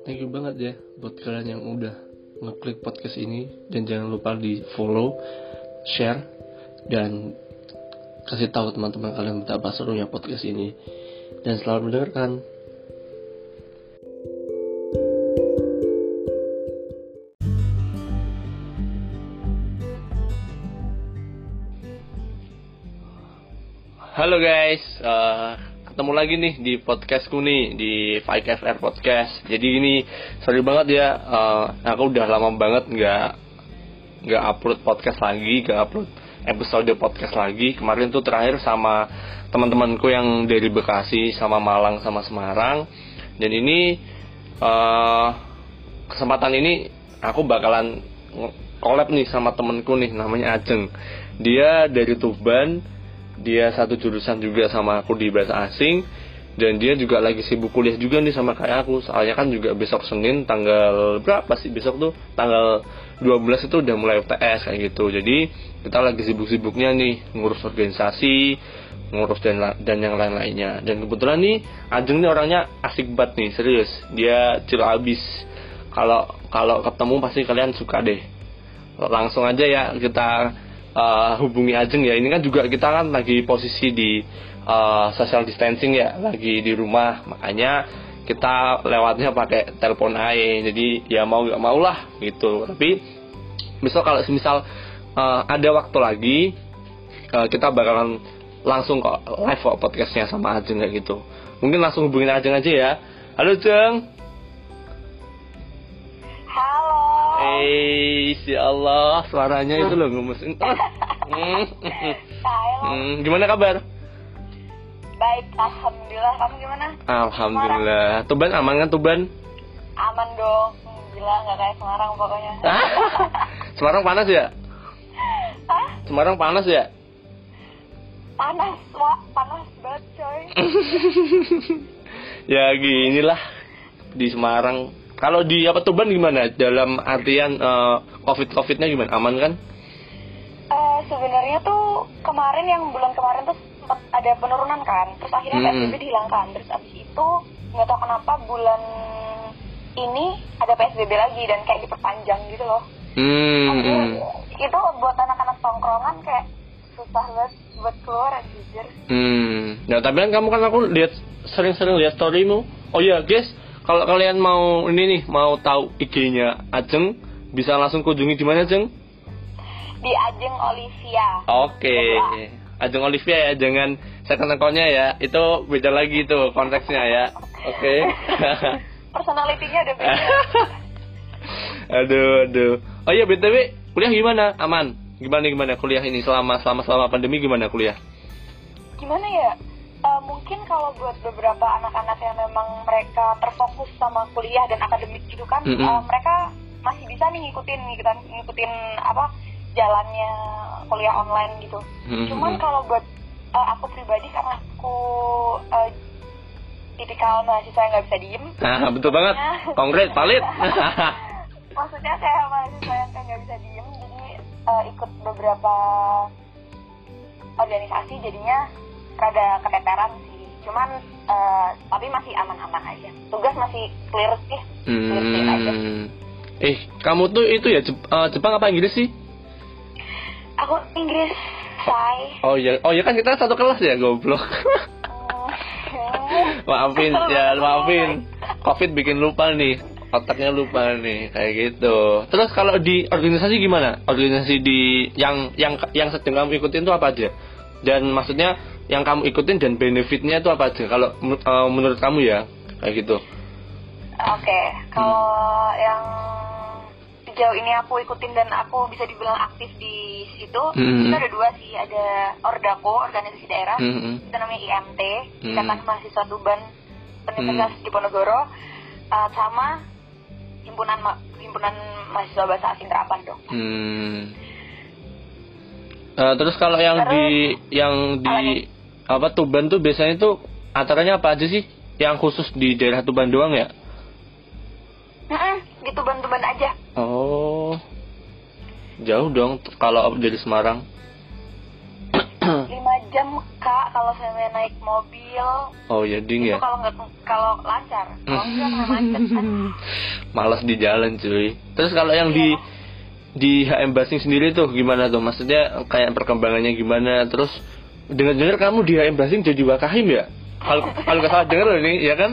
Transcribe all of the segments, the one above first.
Thank you banget ya buat kalian yang udah ngeklik podcast ini. Dan jangan lupa di follow, share, dan kasih tahu teman-teman kalian betapa serunya podcast ini. Dan selamat mendengarkan. Halo guys, ketemu lagi nih di podcastku nih, di 5FR Podcast. Jadi ini sorry banget ya, aku udah lama banget nggak upload podcast lagi, nggak upload episode podcast lagi. Kemarin tuh terakhir sama teman-temanku yang dari Bekasi, sama Malang, sama Semarang. Dan ini kesempatan ini aku bakalan collab nih sama temanku nih, namanya Ajeng. Dia dari Tuban. Dia satu jurusan juga sama aku di bahasa asing. Dan dia juga lagi sibuk kuliah juga nih sama kayak aku. Soalnya kan juga besok Senin tanggal berapa sih besok tuh? Tanggal 12 itu udah mulai UTS kayak gitu. Jadi kita lagi sibuk-sibuknya nih ngurus organisasi, ngurus dan yang lain-lainnya. Dan kebetulan nih Ajeng nih orangnya asik banget nih, serius. Dia chill abis. Kalau ketemu pasti kalian suka deh. Langsung aja ya kita hubungi Ajeng ya. Ini kan juga kita kan lagi posisi di social distancing ya, lagi di rumah, makanya kita lewatnya pakai telepon aja. Jadi ya mau nggak mau lah gitu. Tapi besok kalau semisal ada waktu lagi, kita bakalan langsung kok live kok podcastnya sama Ajeng kayak gitu. Mungkin langsung hubungin Ajeng aja ya. Halo Jeng. Si Allah, suaranya itu loh ngemesin. Gimana kabar? Baik, alhamdulillah. Kamu gimana? Alhamdulillah. Tuban aman kan Tuban? Aman dong. Gila, nggak kayak Semarang pokoknya. Semarang panas ya? Hah? Semarang panas ya? Panas, Wak. Panas banget, coy. Ya ginilah di Semarang. Kalau di Tuban gimana? Dalam artian COVID-nya gimana? Aman kan? Sebenarnya tuh bulan kemarin tuh sempat ada penurunan kan. Terus akhirnya PSBB dihilangkan. Terus abis itu nggak tahu kenapa bulan ini ada PSBB lagi dan kayak diperpanjang gitu loh. Itu buat anak-anak tongkrongan kayak susah banget buat keluar jujur. Nah tapi kan aku lihat sering-sering lihat storymu. Oh iya guys. Kalau kalian mau mau tahu IG-nya Ajeng, bisa langsung kunjungi di mana, Jeng? Di Ajeng Olivia. Oke. Ajeng Olivia ya, jangan second account-nya ya. Itu beda lagi tuh konteksnya ya. Oke. Personality-nya udah beda. Aduh. Oh iya, BTW, kuliah gimana? Aman? Gimana kuliah ini selama pandemi gimana kuliah? Gimana ya? Mungkin kalau buat beberapa anak-anak yang memang mereka terfokus sama kuliah dan akademik gitu kan, mereka masih bisa nih ngikutin apa jalannya kuliah online gitu. Cuman kalau buat aku pribadi, karena aku tipikal mahasiswa yang nggak bisa diem. Betul banget. Konkret, valid. Maksudnya kayak mahasiswa yang nggak bisa diem, jadi ikut beberapa organisasi jadinya rada keteteran sih, cuman tapi masih aman-aman aja. Tugas masih clear sih, aja. Kamu tuh itu ya Jepang apa Inggris sih? Aku Inggris, say. Oh iya kan kita satu kelas ya, goblok. Maafin. Covid bikin lupa nih, otaknya lupa nih kayak gitu. Terus kalau di organisasi gimana? Organisasi di yang sedang kamu ikutin tuh apa aja? Dan maksudnya yang kamu ikutin dan benefitnya itu apa aja kalau menurut kamu ya kayak gitu? Oke, kalau yang sejauh ini aku ikutin dan aku bisa dibilang aktif di situ, itu ada dua sih. Ada Ordako, organisasi daerah, itu namanya IMT, Ikatan Mahasiswa Tuban Universitas Diponegoro, sama himpunan mahasiswa bahasa asing Terapan dong. Terus kalau yang di Tuban tuh biasanya tuh acaranya apa aja sih? Yang khusus di daerah Tuban doang ya? Di Tuban aja. Oh, jauh dong kalau dari Semarang. 5 jam meka kalau saya naik mobil. Oh ya, ding ya. Itu kalau lancar, kalau enggak macet kan. Malas di jalan cuy. Terus kalau yang di HM Basing sendiri tuh gimana tuh? Maksudnya kayak perkembangannya gimana? Terus dengar-dengar kamu di HM Basing jadi wakahim ya? Kalau nggak salah dengar loh ini, ya kan?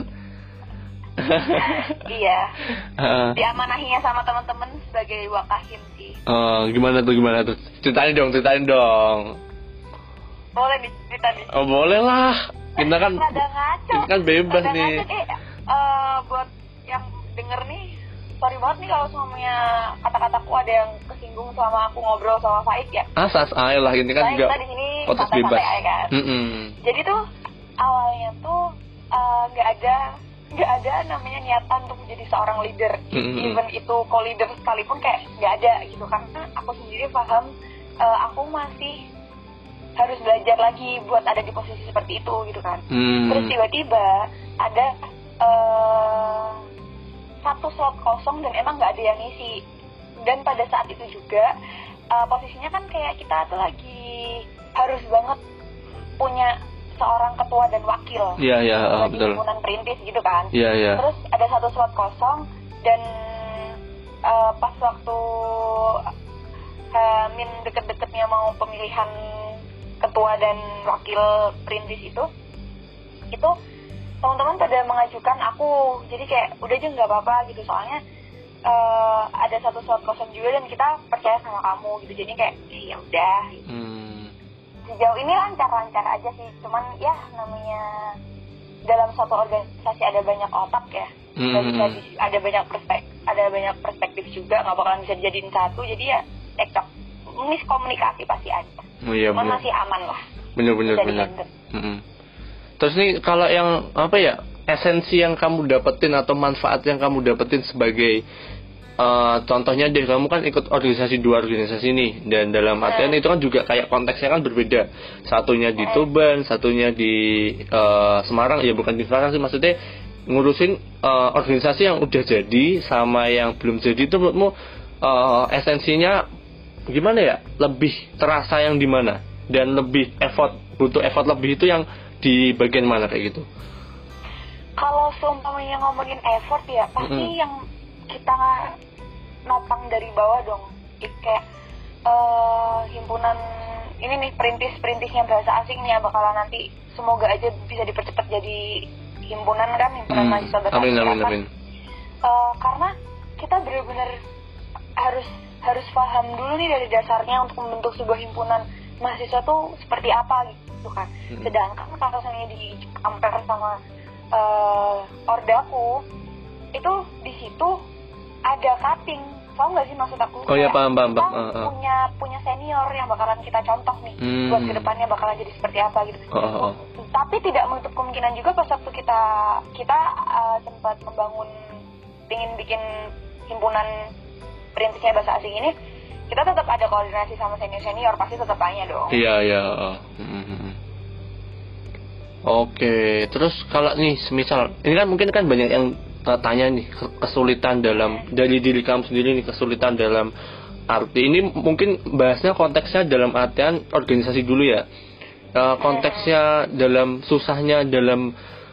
Iya. Diamanahinya sama teman-teman sebagai wakahim sih. Gimana tuh? Ceritain dong. Boleh diceritain nih. Oh, boleh lah. Kita kan bebas nih. Buat yang denger nih, sorry banget nih kalau semuanya kata-kataku ada yang kesinggung selama aku ngobrol sama Faik ya. Asas aja lah, ini kan juga podcast bebas. Kan? Jadi tuh awalnya tuh nggak ada namanya niatan untuk menjadi seorang leader. Even itu co-leader sekalipun kayak nggak ada gitu, karena aku sendiri paham aku masih harus belajar lagi buat ada di posisi seperti itu gitu kan. Terus tiba-tiba ada satu slot kosong dan emang nggak ada yang ngisi. Dan pada saat itu juga posisinya kan kayak kita tuh lagi harus banget punya seorang ketua dan wakil. Iya, betul. Himpunan perintis gitu kan. Iya. Terus ada satu slot kosong dan pas waktu deket-deketnya mau pemilihan ketua dan wakil perintis itu teman-teman pada mengajukan aku, jadi kayak udah aja nggak apa-apa gitu, soalnya ada satu slot kosong juga dan kita percaya sama kamu gitu, jadi kayak ya udah gitu. Sejauh ini lancar-lancar aja sih, cuman ya namanya dalam suatu organisasi ada banyak otak ya, ada banyak perspektif juga, nggak bakalan bisa dijadiin satu, jadi ya cekcok, miskomunikasi pasti ada. Iya, cuman masih aman lah. Bener. Terus nih kalau yang apa ya, esensi yang kamu dapetin atau manfaat yang kamu dapetin sebagai contohnya deh, kamu kan ikut dua organisasi nih, dan dalam artian itu kan juga kayak konteksnya kan berbeda, satunya di Tuban, satunya di Semarang, ya bukan di Semarang sih, maksudnya ngurusin organisasi yang udah jadi sama yang belum jadi itu menurutmu esensinya gimana ya, lebih terasa yang di mana, dan lebih butuh effort lebih itu yang di bagian mana kayak gitu? Kalau seumpamanya ngomongin effort ya pasti yang kita nopang dari bawah dong, kayak himpunan ini nih, perintisnya bahasa asing nih ya, bakalan nanti semoga aja bisa dipercepat jadi himpunan kan, himpunan mahasiswa bahasa asing. Amin. Karena kita benar-benar harus paham dulu nih dari dasarnya untuk membentuk sebuah himpunan mahasiswa tuh seperti apa gitu kan. Sedangkan kalau misalnya di compare sama ordaku itu di situ ada cutting, tau nggak sih maksud aku? Oh ya, paham. Kita punya senior yang bakalan kita contoh nih buat kedepannya bakalan jadi seperti apa gitu. Tapi tidak menutup kemungkinan juga pas waktu kita sempat membangun, ingin bikin himpunan perintisnya bahasa asing ini, kita tetap ada koordinasi sama senior pasti tetap tanya dong. Iya. Oke, terus kalau nih semisal ini kan mungkin kan banyak yang tanya nih kesulitan dari diri kamu sendiri nih, kesulitan dalam arti ini mungkin bahasnya konteksnya dalam artian organisasi dulu ya, konteksnya dalam susahnya dalam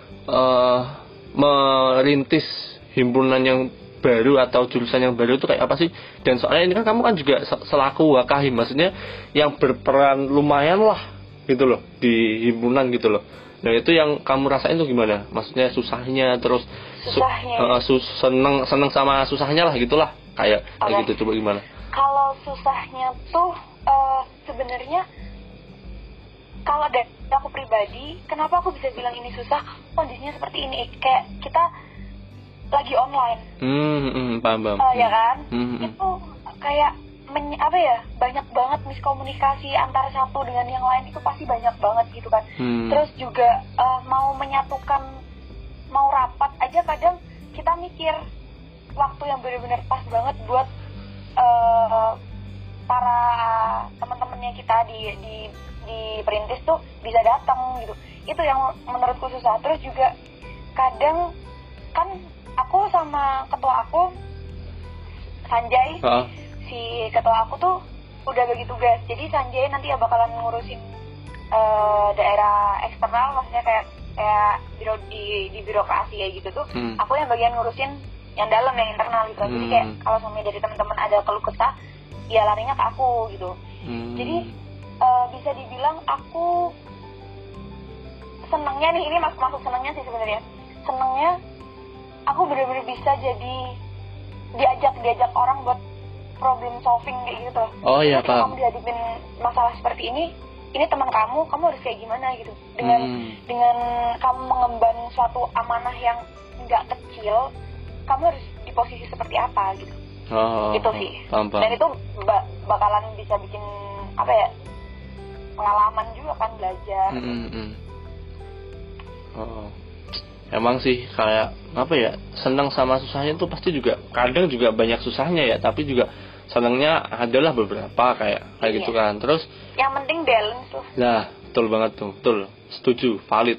merintis himpunan yang baru atau jurusan yang baru itu kayak apa sih? Dan soalnya ini kan kamu kan juga selaku wakahim, maksudnya yang berperan lumayan lah gitu loh di himpunan gitu loh. Nah itu yang kamu rasain tuh gimana? Maksudnya susahnya, terus seneng sama susahnya lah gitulah, kayak gitu. Coba gimana? Kalau susahnya tuh sebenarnya kalau dari aku pribadi, kenapa aku bisa bilang ini susah? Kondisinya seperti ini, kayak kita lagi online. Paham. Ya kan? Itu kayak banyak banget miskomunikasi antara satu dengan yang lain, itu pasti banyak banget gitu kan. Terus juga mau menyatukan, mau rapat aja kadang kita mikir waktu yang benar-benar pas banget buat para teman-temannya kita di perintis tuh bisa datang gitu. Itu yang menurutku susah. Terus juga kadang kan aku sama ketua aku Sanjay, si ketua aku tuh udah bagi tugas, jadi Sanjay nanti ya bakalan ngurusin daerah eksternal, maksudnya kayak di birokrasi kayak gitu tuh, aku yang bagian ngurusin yang dalam, yang internal gitu. Jadi kayak kalau suami dari teman-teman ada keluh kesah, ya larinya ke aku gitu. Jadi bisa dibilang aku senangnya nih, ini masuk senangnya sih sebenarnya. Senangnya aku benar-benar bisa jadi diajak orang buat problem solving kayak gitu. Oh iya, paham. Kamu dihadapin masalah seperti ini teman kamu harus kayak gimana gitu. Dengan kamu mengemban suatu amanah yang nggak kecil, kamu harus di posisi seperti apa gitu. Gitu sih. Paham. Dan itu bakalan bisa bikin pengalaman juga kan, belajar. Emang sih kayak senang sama susahnya tuh pasti juga kadang juga banyak susahnya ya, tapi juga senangnya adalah beberapa kayak gitu kan. Terus yang penting balance tuh. Nah, betul banget tuh, betul, setuju, valid.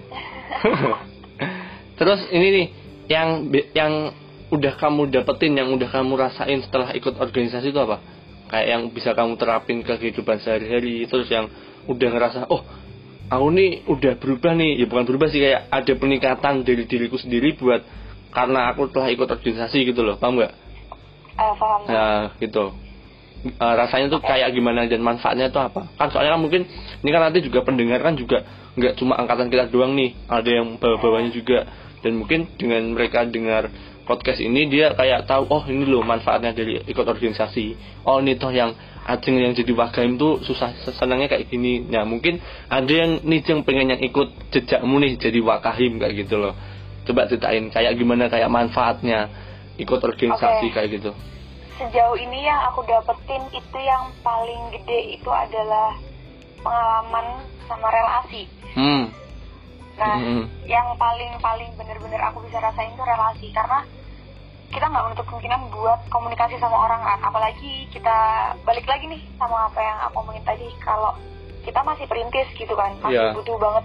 Terus ini nih yang udah kamu dapetin, yang udah kamu rasain setelah ikut organisasi itu apa? Kayak yang bisa kamu terapin ke kehidupan sehari-hari, terus yang udah ngerasa aku nih udah berubah nih, ya bukan berubah sih, kayak ada peningkatan dari diriku sendiri karena aku telah ikut organisasi gitu loh, paham nggak? Paham. Nah gitu, rasanya tuh kayak gimana dan manfaatnya tuh apa? Kan soalnya kan mungkin ini kan nanti juga pendengar kan juga nggak cuma angkatan kita doang nih, ada yang bawah-bawahnya juga, dan mungkin dengan mereka dengar podcast ini dia kayak tahu, oh ini loh manfaatnya dari ikut organisasi, oh ini toh yang Ajeng yang jadi Wakaim tuh susah senangnya kayak gini. Nah mungkin ada yang nih yang pengen yang ikut jejakmu nih jadi Wakaim kayak gitu loh. Coba ceritain kayak gimana, kayak manfaatnya ikut organisasi kayak gitu. Sejauh ini yang aku dapetin itu yang paling gede itu adalah pengalaman sama relasi. Nah yang paling bener-bener aku bisa rasain itu relasi, karena kita nggak menutup kemungkinan buat komunikasi sama orang kan, apalagi kita balik lagi nih sama apa yang aku omongin tadi, kalau kita masih perintis gitu kan, masih butuh banget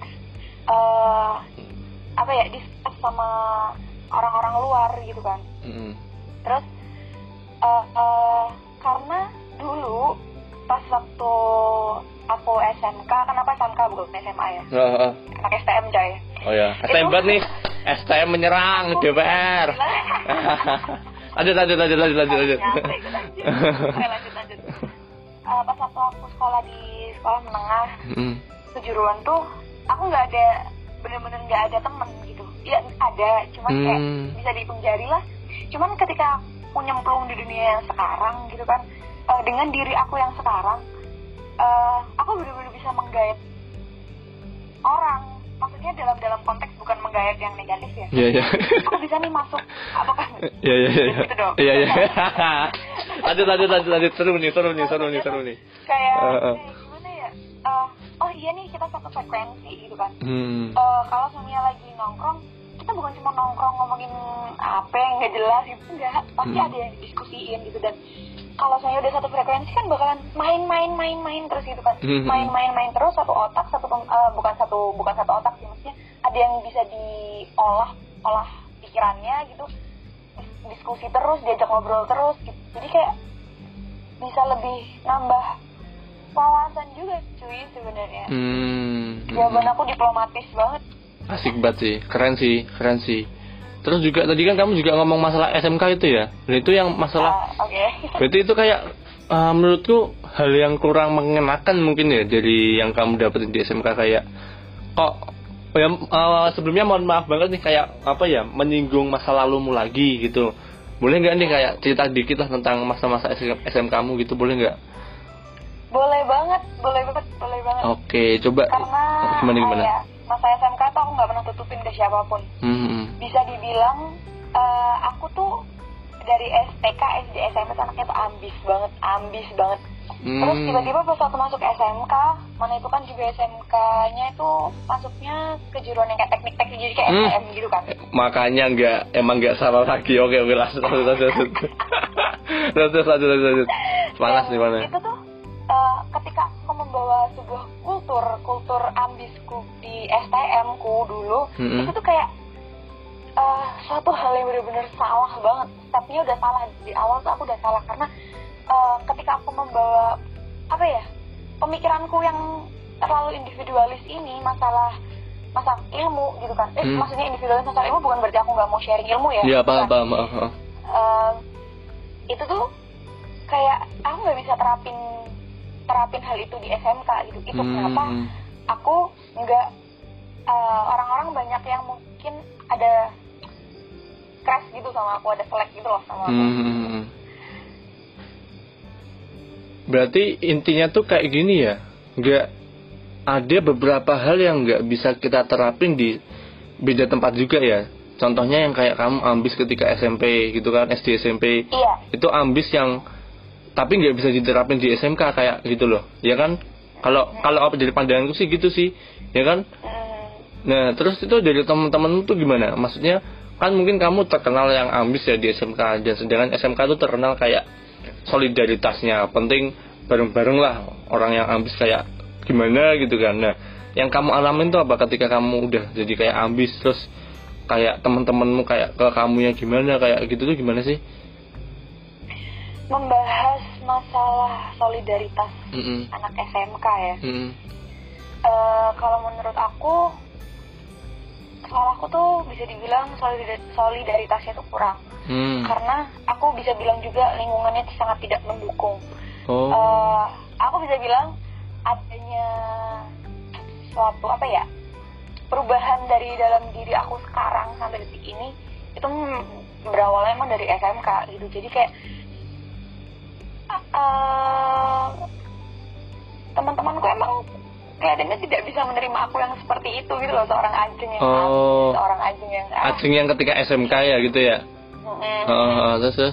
discuss sama orang-orang luar gitu kan. Terus karena dulu pas waktu aku SMK, kenapa SMK bukan SMA ya? Anak STM coy. Oh ya, STM banget nih. STM menyerang DPR. Lanjut. Lanjut. Pas waktu aku sekolah di sekolah menengah, kejuruan tuh aku bener-bener nggak ada temen gitu. Ya ada, cuman kayak bisa dihitung jari lah. Cuman ketika aku nyemplung di dunia yang sekarang gitu kan, dengan diri aku yang sekarang, aku bener-bener bisa menggait orang. Maksudnya dalam konteks bukan menggait yang negatif ya. Iya. Aku bisa nih masuk apa kan? Iya. Gitu dong. Iya. Lanjut. Seru nih. Kayak gimana ya? Oh iya nih, kita satu frekuensi gitu kan. Kalau semuanya lagi nongkrong, kita bukan cuma nongkrong ngomongin apa yang nggak jelas gitu, enggak. Pasti ada yang diskusiin gitu. Dan kalau saya udah satu frekuensi kan bakalan main terus gitu kan. Main terus, satu otak, bukan satu otak sih, maksudnya ada yang bisa diolah pikirannya gitu, diskusi terus, diajak ngobrol terus gitu. Jadi kayak bisa lebih nambah wawasan juga cuy sebenarnya. Jawaban aku diplomatis banget. Asik banget sih, keren sih. Terus juga tadi kan kamu juga ngomong masalah SMK itu ya. Dan itu yang masalah berarti itu kayak menurutku hal yang kurang mengenakan mungkin ya dari yang kamu dapetin di SMK, kayak sebelumnya mohon maaf banget nih, kayak menyinggung masa lalumu lagi gitu. Boleh nggak nih kayak cerita dikit lah tentang masa-masa SMK kamu gitu, boleh nggak? Boleh banget. Oke, coba. Karena gimana? Masa SMK tuh aku nggak pernah tutupin ke siapapun. Bisa dibilang aku tuh dari TK, SD, SMP anaknya tuh ambis banget. Terus tiba-tiba pas aku masuk SMK, mana itu kan juga SMK-nya itu masuknya kejuruan yang kayak teknik-teknik, jadi kayak STM gitu kan. Makanya emang nggak salah lagi. Oke, lanjut. Lanjut. Panas nih mana? Itu tuh ketika aku membawa sebuah kultur ambisku di STM ku dulu, itu tuh kayak suatu hal yang benar-benar salah banget. Stepnya udah salah di awal tuh, aku udah salah karena ketika aku membawa pemikiranku yang terlalu individualis ini masalah ilmu gitu kan. Maksudnya individualis masalah ilmu bukan berarti aku nggak mau sharing ilmu ya. Iya, paham. Itu tuh kayak aku nggak bisa terapin hal itu di SMK gitu. Itu kenapa aku nggak, orang-orang banyak yang mungkin ada crush gitu sama aku, ada selek gitu loh sama aku. Berarti intinya tuh kayak gini ya, nggak ada beberapa hal yang nggak bisa kita terapin di beda tempat juga ya. Contohnya yang kayak kamu ambis ketika SMP gitu kan, SD SMP. Iya. Itu ambis yang tapi nggak bisa diterapin di SMK kayak gitu loh, ya kan? Kalau dari pandanganku sih gitu sih, ya kan? Nah, terus itu dari teman-temanmu tuh gimana? Maksudnya kan mungkin kamu terkenal yang ambis ya di SMK, dan sedangkan SMK tuh terkenal kayak solidaritasnya penting, bareng-bareng lah orang yang ambis kayak gimana gitu kan. Nah, yang kamu alamin tuh apa ketika kamu udah jadi kayak ambis, terus kayak teman-temanmu kayak ke kamu yang gimana kayak gitu tuh gimana sih? Membahas masalah solidaritas anak SMK ya. Kalau menurut aku, salahku tuh bisa dibilang solidaritasnya tuh kurang. Karena aku bisa bilang juga lingkungannya sangat tidak mendukung. Aku bisa bilang adanya suatu perubahan dari dalam diri aku sekarang sampai detik ini itu berawalnya emang dari SMK gitu. Jadi kayak teman-temanku emang kelihatannya tidak bisa menerima aku yang seperti itu gitu loh, seorang Ajeng yang seorang Ajeng yang Ajeng yang ketika SMK ya gitu ya. Terus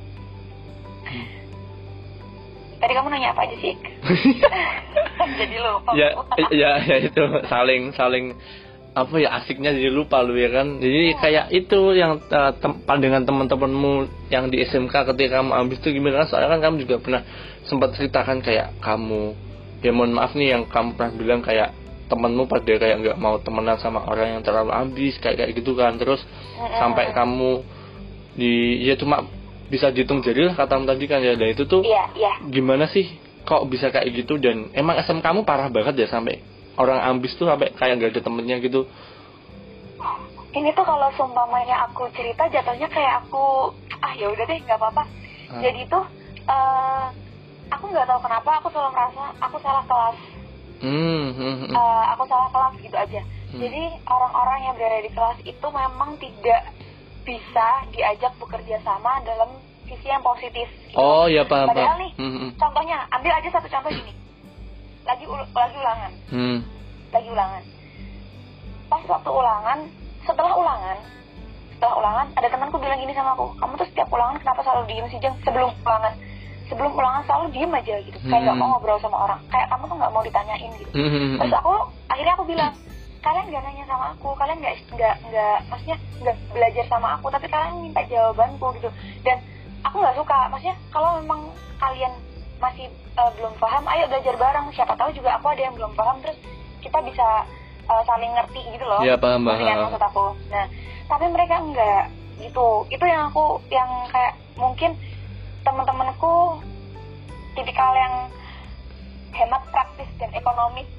tadi kamu nanya apa aja sih? Jadi lupa. ya itu saling apa ya, asiknya jadi lupa lu ya kan. Jadi kayak itu yang pandangan teman-temanmu yang di SMK ketika kamu ambis itu gimana kan? Soalnya kan kamu juga pernah sempat ceritakan kayak kamu, ya mohon maaf nih, yang kamu pernah bilang kayak temanmu pada kayak nggak mau temenan sama orang yang terlalu ambis kayak gitu kan. Terus sampai kamu ya cuma bisa dihitung jari lah katamu tadi kan ya. Dan itu tuh gimana sih kok bisa kayak gitu? Dan emang SMK kamu parah banget ya sampai orang ambis tuh sampai kayak nggak ada temennya gitu? Ini tuh kalau seumpamanya aku cerita jatuhnya kayak aku ya udah deh nggak apa-apa. Jadi tuh aku nggak tahu kenapa aku selalu merasa aku salah kelas. Aku salah kelas gitu aja. Jadi orang-orang yang berada di kelas itu memang tidak bisa diajak bekerja sama dalam visi yang positif gitu. Oh ya, paham. Padahal nih contohnya, ambil aja satu contoh gini, lagi ulangan. Lagi ulangan. Pas waktu ulangan, setelah ulangan ada temanku bilang gini sama aku, kamu tuh setiap ulangan kenapa selalu diem sih Jeng? Sebelum ulangan selalu diem aja gitu, kayak nggak mau ngobrol sama orang, kayak kamu tuh nggak mau ditanyain gitu. Terus akhirnya aku bilang, kalian nggak nanya sama aku, kalian maksudnya nggak belajar sama aku, tapi kalian minta jawabanku gitu. Dan aku nggak suka, maksudnya kalau memang kalian masih belum paham, ayo belajar bareng, siapa tahu juga aku ada yang belum paham, terus kita bisa saling ngerti gitu loh. Iya, paham. Maksud aku. Nah, tapi mereka enggak gitu. Itu yang kayak mungkin teman-temanku tipikal yang hemat, praktis dan ekonomis.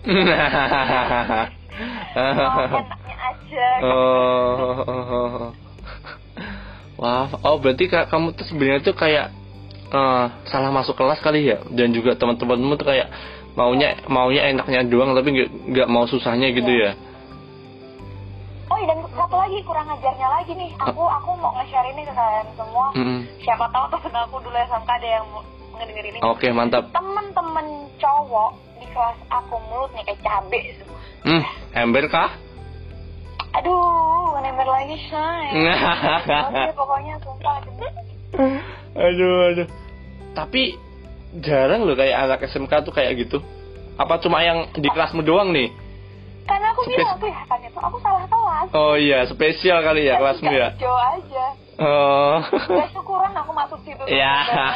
Enaknya aja. Wah, berarti kamu tuh sebenarnya tuh kayak salah masuk kelas kali ya, dan juga teman-temanmu tuh kayak maunya enaknya doang tapi nggak mau susahnya gitu ya. Oh, dan satu lagi kurang ajarnya lagi nih, aku mau nge-share ini ke kalian semua. Siapa tahu tuh kenal aku dulu SMK ada yang ngedenger ini. Oke, mantap. Temen-temen cowok di kelas aku mulutnya kayak cabe semua. Ember kah? Aduh, bukan ember lagi, Shay. Oke, pokoknya sumpah. Aduh. Tapi jarang loh kayak anak SMK tuh kayak gitu. Apa cuma yang di kelasmu doang nih? Karena aku bilang kelihatannya tuh aku salah kelas. Oh iya, spesial kali ya kelasmu ya. Jauh aja. Gak syukuran aku masuk situ. Iya.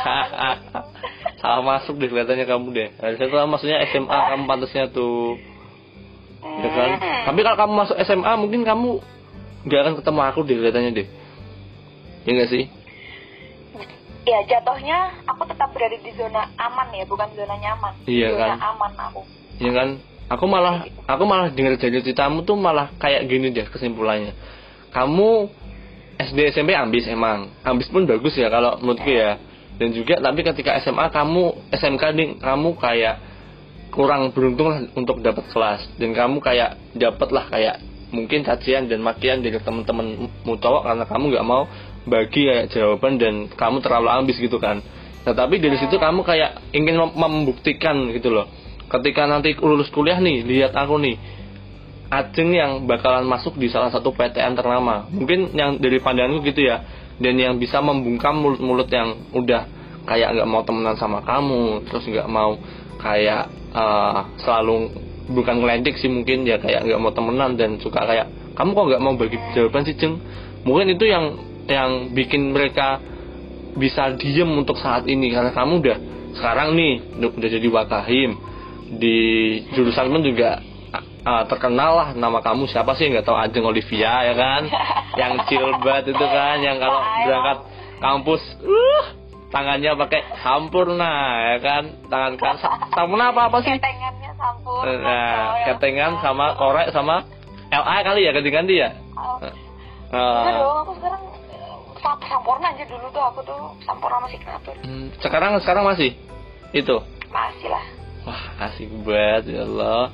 Salah masuk deh kelihatannya kamu deh. Harusnya tuh maksudnya SMA kamu pantasnya tuh. Ya kan? Tapi kalau kamu masuk SMA mungkin kamu gak akan ketemu aku deh kelihatannya deh. Ya nggak sih? Ya jatuhnya aku tetap berada di zona aman ya, bukan zona nyaman. Iya zona kan? Aman aku. Iya kan? Aku malah dengar dari ceritamu tuh malah kayak gini deh kesimpulannya. Kamu SD SMP ambis emang. Ambis pun bagus ya kalau menurutku ya. Dan juga tapi ketika SMA SMK nih kamu kayak kurang beruntung lah untuk dapat kelas, dan kamu kayak dapat lah kayak mungkin cacian dan makian dari teman-temanmu cowok karena kamu nggak mau bagi kayak jawaban dan kamu terlalu ambis gitu kan. Nah tapi dari situ kamu kayak ingin membuktikan gitu loh. Ketika nanti lulus kuliah nih, lihat aku nih, Ajeng yang bakalan masuk di salah satu PTN ternama. Mungkin yang dari pandanganku gitu ya. Dan yang bisa membungkam mulut-mulut yang udah kayak nggak mau temenan sama kamu, terus nggak mau kayak selalu bukan ngeledek sih mungkin ya, kayak nggak mau temenan dan suka kayak kamu kok nggak mau bagi jawaban sih Jeng. Mungkin itu yang bikin mereka bisa diem untuk saat ini karena kamu udah sekarang nih udah jadi wakahim di jurusan pun juga terkenal lah nama kamu. Siapa sih nggak tahu Ajeng Olivia ya kan, yang cilbat itu kan, yang kalau berangkat kampus tangannya pakai sampurna ya kan, tangan kan sampurna apa sih, ketengannya sampurna, nah ketengan sama korek sama LA kali ya ganti-ganti ya. Enggak dong, aku sekarang sampurna aja. Dulu tuh aku tuh sampurna masih signatur. Sekarang masih itu masih lah. Wah asik banget ya Allah.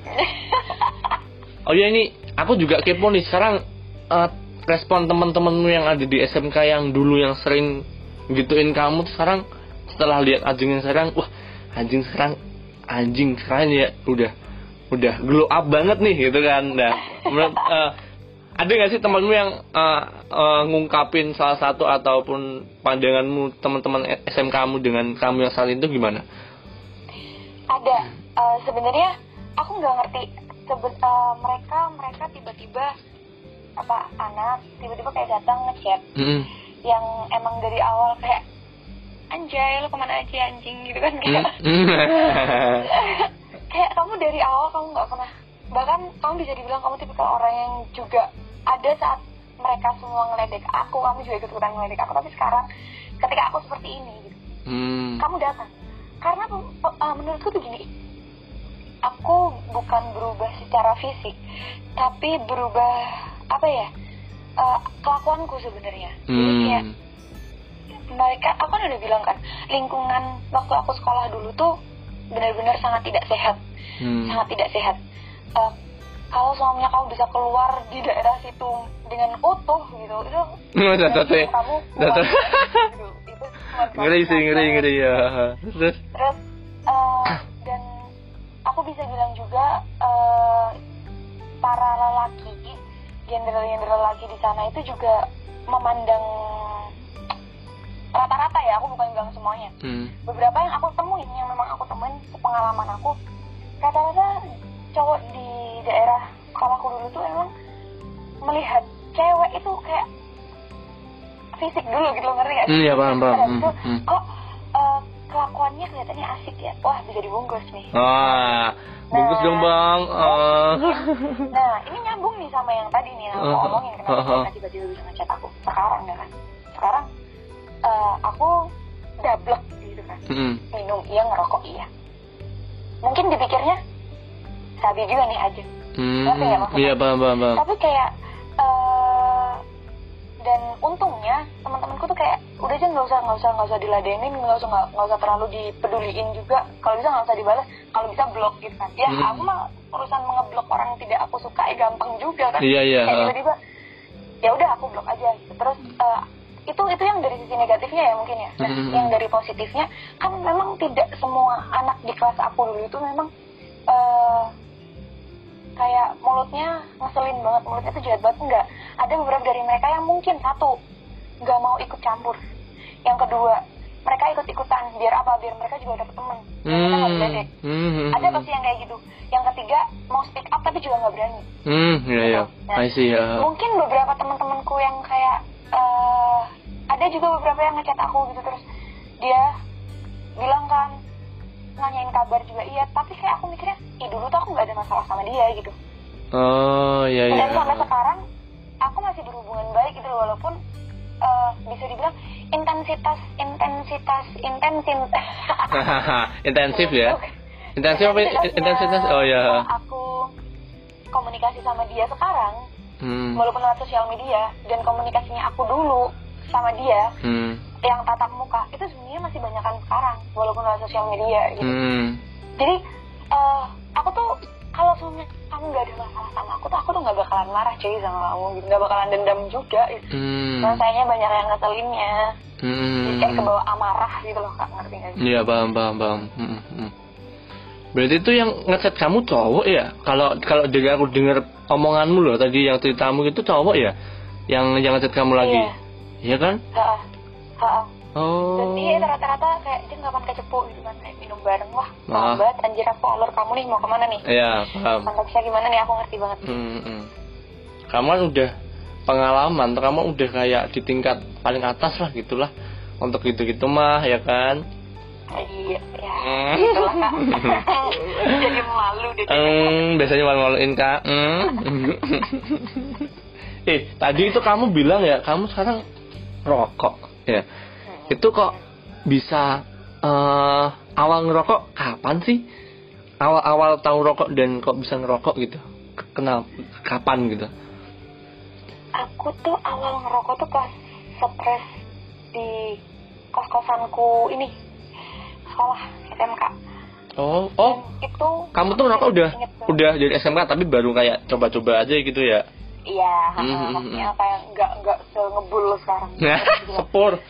Oh ya ini aku juga kepo nih sekarang, respon teman-temanmu yang ada di SMK yang dulu yang sering gituin kamu tuh sekarang setelah lihat Ajeng yang sekarang, wah anjing sekarang ya udah glow up banget nih gitu kan. Nah ada nggak sih temanmu yang ngungkapin salah satu ataupun pandanganmu teman-teman SMK-mu dengan kamu yang saat itu gimana? Ada. Sebenarnya aku nggak ngerti. Mereka tiba-tiba anak tiba-tiba kayak datang ngechat, yang emang dari awal kayak anjay lu kemana aja anjing gitu kan, kayak kayak kamu dari awal kamu nggak pernah, bahkan kamu bisa dibilang kamu tipikal orang yang juga ada saat mereka semua ngeledek aku, kamu juga ikut-ikutan ngeledek aku, tapi sekarang ketika aku seperti ini gitu, kamu datang karena menurutku tuh gini, aku bukan berubah secara fisik tapi berubah kelakuanku sebenarnya. Jadi kayak mereka, aku kan udah bilang kan, lingkungan waktu aku sekolah dulu tuh benar-benar sangat tidak sehat. Sangat tidak sehat. Kalau suaminya kamu bisa keluar di daerah situ dengan utuh gitu, itu kamu ngeri ya. Terus dan aku bisa bilang juga para lelaki, gender lelaki di sana itu juga memandang rata-rata ya, aku bukan bilang semuanya. Beberapa yang aku temuin, yang memang aku temuin sepengalaman aku, rata-rata cowok di daerah sekolahku dulu tuh emang melihat cewek itu kayak fisik dulu gitu, ngerti gak? Iya paham. Kok kelakuannya kelihatannya asik ya, wah bisa dibungkus nih. Bungkus dong bang. Nah ini nyambung nih sama yang tadi nih yang aku omongin, kenapa tiba-tiba bisa ngechat aku sekarang ya kan. Sekarang aku dablek gitu kan, minum iya, ngerokok iya, mungkin dipikirnya sabi juga nih aja, ngerti ya maksudnya? Iya paham. Tapi kayak dan untungnya teman-temanku tuh kayak udah aja nggak usah diladenin, nggak usah terlalu dipeduliin juga, kalau bisa nggak usah dibalas, kalau bisa blok gitu kan. Ya aku mah urusan ngeblok orang yang tidak aku suka gampang juga kan. Iya. Kayak tiba-tiba ya udah aku blok aja gitu. Terus itu yang dari sisi negatifnya ya mungkin ya. Nah yang dari positifnya kan memang tidak semua anak di kelas aku dulu itu memang kayak mulutnya ngeselin banget, mulutnya tuh jahat banget, enggak. Ada beberapa dari mereka yang mungkin satu nggak mau ikut campur, yang kedua mereka ikut-ikutan biar mereka juga dapat teman, mereka nggak berledek. Ada pasti yang kayak gitu. Yang ketiga mau speak up tapi juga nggak berani. Iya. Nah, mungkin beberapa teman-temanku yang kayak ada juga beberapa yang ngechat aku gitu, terus dia bilang kan nanyain kabar juga iya, tapi kayak aku mikirnya dulu tuh aku nggak ada masalah sama dia gitu. Iya. Dan sampai sekarang aku masih berhubungan baik gitu, walaupun bisa dibilang intensif intensif ya. Intensif apa intensitas? Oh ya. Aku komunikasi sama dia sekarang, walaupun lewat sosial media, dan komunikasinya aku dulu sama dia, yang tatap muka, itu sebenarnya masih banyakan sekarang, walaupun lewat sosial media gitu. Jadi aku tuh kalau kamu nggak ada masalah sama aku tuh nggak bakalan marah cuy sama kamu, gitu. Nggak bakalan dendam juga gitu. Rasanya banyak yang ngeselinnya, jadi kayak kebawa amarah gitu loh Kak, ngerti nggak sih? Iya, paham. Berarti itu yang ngechat kamu cowok ya? Kalau dari aku dengar omonganmu loh tadi, yang ceritamu itu cowok ya? Yang ngechat kamu lagi? Iya kan? Dan dia rata-rata kayak dia kapan kecepu gitu kan, kayak minum bareng, wah banget anjir, aku olor kamu nih, mau kemana nih? Iya, paham. Konteksnya gimana nih, aku ngerti banget. Kamu kan udah pengalaman, kamu udah kayak di tingkat paling atas lah gitulah untuk gitu-gitu mah, ya kan? Iya, itulah Kak. Jadi malu deh. Biasanya malu-maluin Kak. Tadi itu kamu bilang ya, kamu sekarang rokok ya. Itu kok bisa awal ngerokok kapan sih? Awal tahu rokok dan kok bisa ngerokok gitu? Kenal kapan gitu? Aku tuh awal ngerokok tuh pas stres di kos-kosanku ini, sekolah SMK. Oh. Itu kamu tuh ngerokok udah dari SMK tapi baru kayak coba-coba aja gitu ya? Iya, maksudnya kayak nggak sengebul sekarang. Sepur.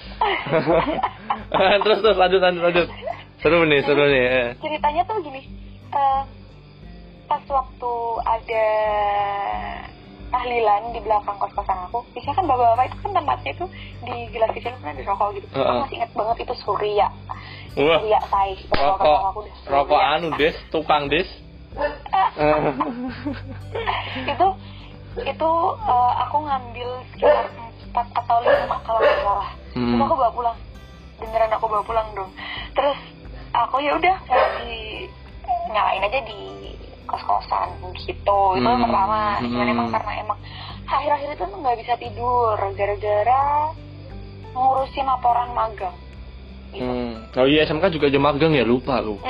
terus lanjut. Seru nih. Ceritanya tuh gini, pas waktu ada tahlilan di belakang kos-kosan aku, biasanya kan bapak-bapak itu kan tempatnya itu di gelas kecil kan ada rokok gitu. Aku masih inget banget itu Surya. Surya Sai. Rokok anu des, tukang des. itu aku ngambil sekitar 4 atau 5 kalau nggak salah. Terus aku bawa pulang. Beneran aku bawa pulang dong. Terus aku ya udah nyalain aja di kos-kosan gitu. Itu yang pertama. Cuman karena akhir-akhir itu tuh nggak bisa tidur gara-gara ngurusin laporan magang. Gitu. Oh iya, SMK juga ada magang ya, lupa lu.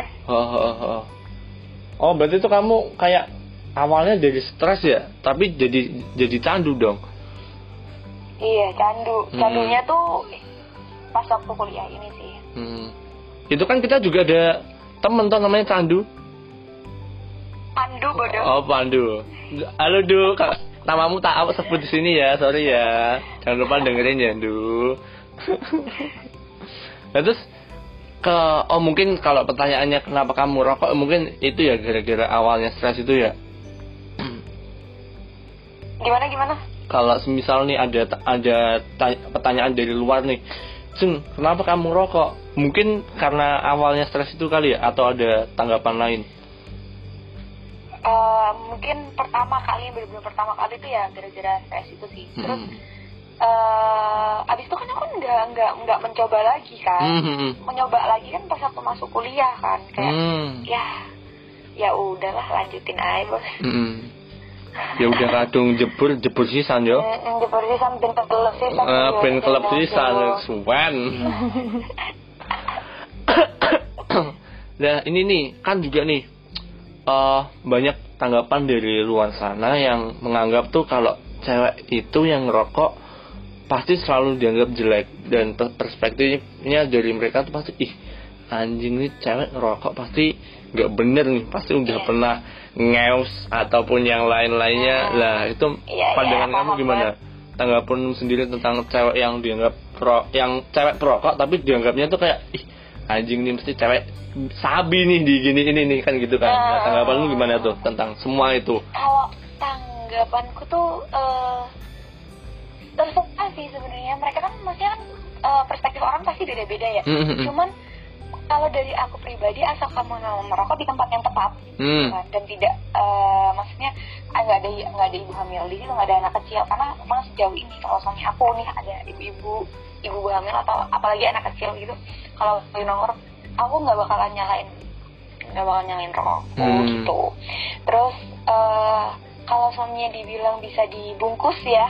Oh berarti itu kamu kayak awalnya dari stres ya, tapi jadi candu dong. Iya, candu. Candunya tuh pas waktu kuliah ini sih. Itu kan kita juga ada temen tuh namanya Candu. Pandu bodoh. Oh Pandu. Halo Du, namamu tak aku sebut di sini ya, sorry ya. Jangan lupa dengerin ya Du. Nah, terus mungkin kalau pertanyaannya kenapa kamu rokok, mungkin itu ya gara-gara awalnya stres itu ya. Gimana? Kalau misal nih ada pertanyaan dari luar nih, Jeng, kenapa kamu rokok? Mungkin karena awalnya stres itu kali ya, atau ada tanggapan lain? Mungkin benar-benar pertama kali itu ya gara-gara stres itu sih. Terus abis itu kan aku nggak mencoba lagi kan. Mencoba lagi kan pas aku masuk kuliah kan, kayak ya udahlah lanjutin aja bos. Ya udah kadung jebur sisan yo. Jebur sisan ben kelep sisan. Ben kelep sisan suwen. Nah, ini nih kan juga nih banyak tanggapan dari luar sana yang menganggap tuh kalau cewek itu yang ngerokok pasti selalu dianggap jelek, dan perspektifnya dari mereka tuh pasti anjing nih cewek ngerokok pasti nggak bener nih, pasti udah pernah ngeus ataupun yang lain-lainnya. Lah itu pandangan kamu gimana? Tanggapan sendiri tentang cewek yang dianggap cewek perokok tapi dianggapnya tuh kayak anjing nih mesti cewek sabi nih di gini ini nih kan gitu kan. Nah, tanggapanmu gimana tuh tentang semua itu? Kalau tanggapanku tuh terserah sih sebenarnya. Mereka kan maksudnya kan perspektif orang pasti beda-beda ya. Cuman kalau dari aku pribadi, asal kamu mau merokok di tempat yang tepat, kan? Dan tidak maksudnya nggak ada ibu hamil di situ, nggak ada anak kecil. Karena memang sejauh ini kalau suami aku nih ada ibu hamil atau apalagi anak kecil gitu, kalau lagi nongkrong aku nggak bakalan nyalain rokok gitu. Terus kalau suaminya dibilang bisa dibungkus ya.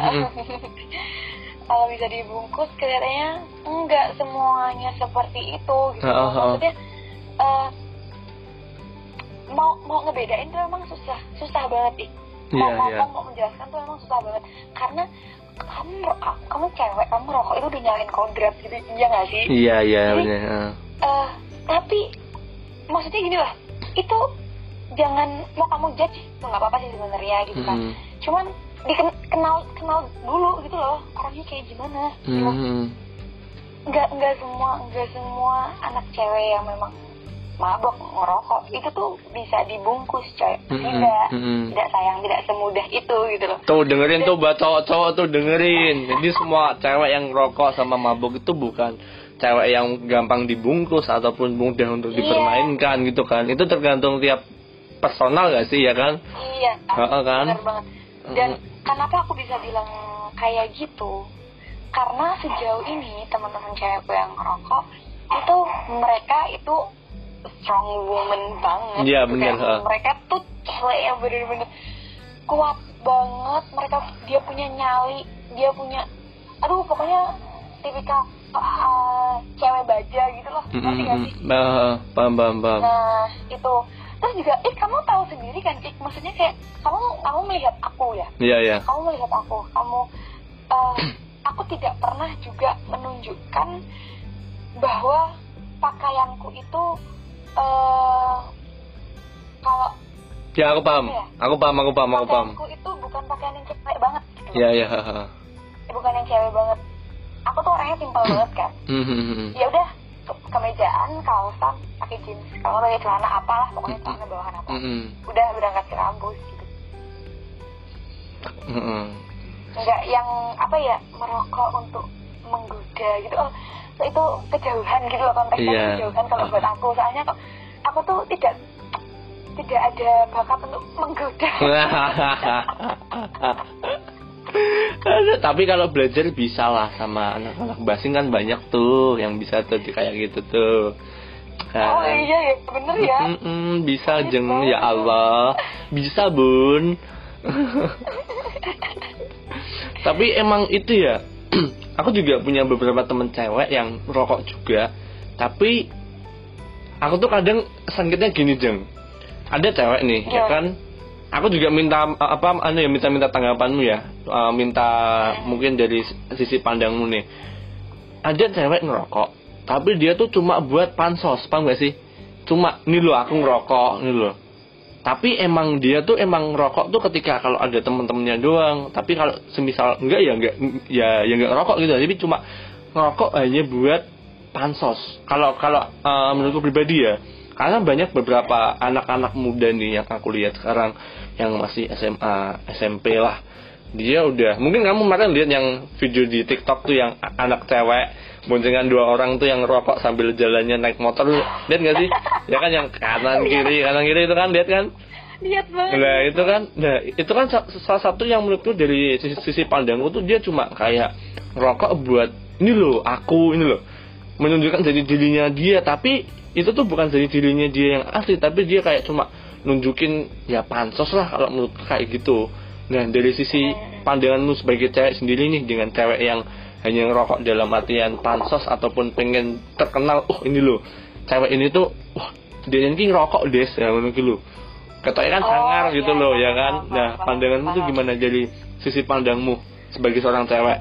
Kalau bisa dibungkus kelihatannya enggak semuanya seperti itu gitu. Maksudnya mau ngebedain tuh emang susah banget mau menjelaskan tuh emang susah banget karena kamu cewek, kamu rokok itu udah nyalain kodrat gitu, iya nggak sih? Iya benar. Tapi maksudnya gini lah, itu jangan mau kamu judge tuh nggak apa-apa sih sebenarnya gitu kan. Cuman kenal dulu gitu loh orangnya kayak gimana. Nggak semua anak cewek yang memang mabok ngerokok itu tuh bisa dibungkus coy. Tidak sayang, tidak semudah itu gitu loh. Tuh dengerin tuh buat cowok-cowok tuh dengerin. Jadi semua cewek yang rokok sama mabok itu bukan cewek yang gampang dibungkus ataupun mudah untuk dipermainkan gitu kan. Itu tergantung tiap personal gak sih ya kan? Iya kan? Benar banget. Dan kenapa aku bisa bilang kayak gitu? Karena sejauh ini teman-teman cewek yang ngerokok itu mereka itu strong woman banget. Iya benar. Mereka tuh cewek yang bener-bener kuat banget. Dia punya nyali, dia punya, pokoknya tipikal cewek baja gitu loh. Ngerti gak sih? Paham. Nah itu. Terus juga, kamu tahu sendiri kan, maksudnya kayak kamu melihat aku ya. Iya. Kamu melihat aku, aku tidak pernah juga menunjukkan bahwa pakaianku itu kalau ya aku paham. Pakaianku itu bukan pakaian yang cewek banget gitu. Iya. Bukan yang cewek banget. Aku tuh orangnya simpel banget kan. Ya udah, kemejaan, kaosan, pakai jeans. Kalau pakai celana apalah, pokoknya celana bawahan apa. Udah berangkat ke kampus gitu. Enggak yang merokok untuk menggoda gitu. Itu kejauhan gitu loh, konteksnya kejauhan kalau buat aku. Soalnya aku tuh tidak ada bakat untuk menggoda. Tapi kalau belajar bisa lah sama anak-anak basing kan banyak tuh yang bisa tuh kayak gitu tuh. Oh iya ya, bener ya. Bisa jeng ya Allah. Bisa bun. Tapi emang itu ya. Aku juga punya beberapa temen cewek yang rokok juga. Tapi aku tuh kadang sengitnya gini jeng. Ada cewek nih, ya kan? Aku juga minta minta tanggapanmu ya. Minta mungkin dari sisi pandangmu nih. Ada cewek ngerokok, tapi dia tuh cuma buat pansos, paham gak sih? Cuma nih loh aku ngerokok, nih loh. Tapi emang dia tuh emang ngerokok tuh ketika kalau ada temen-temennya doang. Tapi kalau semisal enggak ngerokok gitu. Jadi cuma ngerokok hanya buat pansos. Kalau menurutku pribadi ya. Karena banyak beberapa anak-anak muda nih yang aku lihat sekarang yang masih SMA, SMP lah. Dia udah, mungkin kamu kemarin lihat yang video di TikTok tuh yang anak cewek boncengan 2 orang tuh yang rokok sambil jalannya naik motor, lihat nggak sih? Ya kan yang kanan kiri itu kan, lihat kan? Lihat banget. Nah itu kan salah satu yang menurutku dari sisi pandangku tuh dia cuma kayak rokok buat ini loh aku, ini loh menunjukkan jadi dirinya dia, tapi itu tuh bukan jadi dirinya dia yang asli, tapi dia kayak cuma nunjukin ya pansos lah kalau menurutku kayak gitu. Nah dari sisi pandanganmu sebagai cewek sendiri nih dengan cewek yang hanya ngerokok dalam artian pansos ataupun pengen terkenal, ini loh cewek ini tuh dia ini ngerokok des ya menurut lu katanya kan sangar gitu loh ya kan. Nah pandanganmu tuh gimana dari sisi pandangmu sebagai seorang cewek?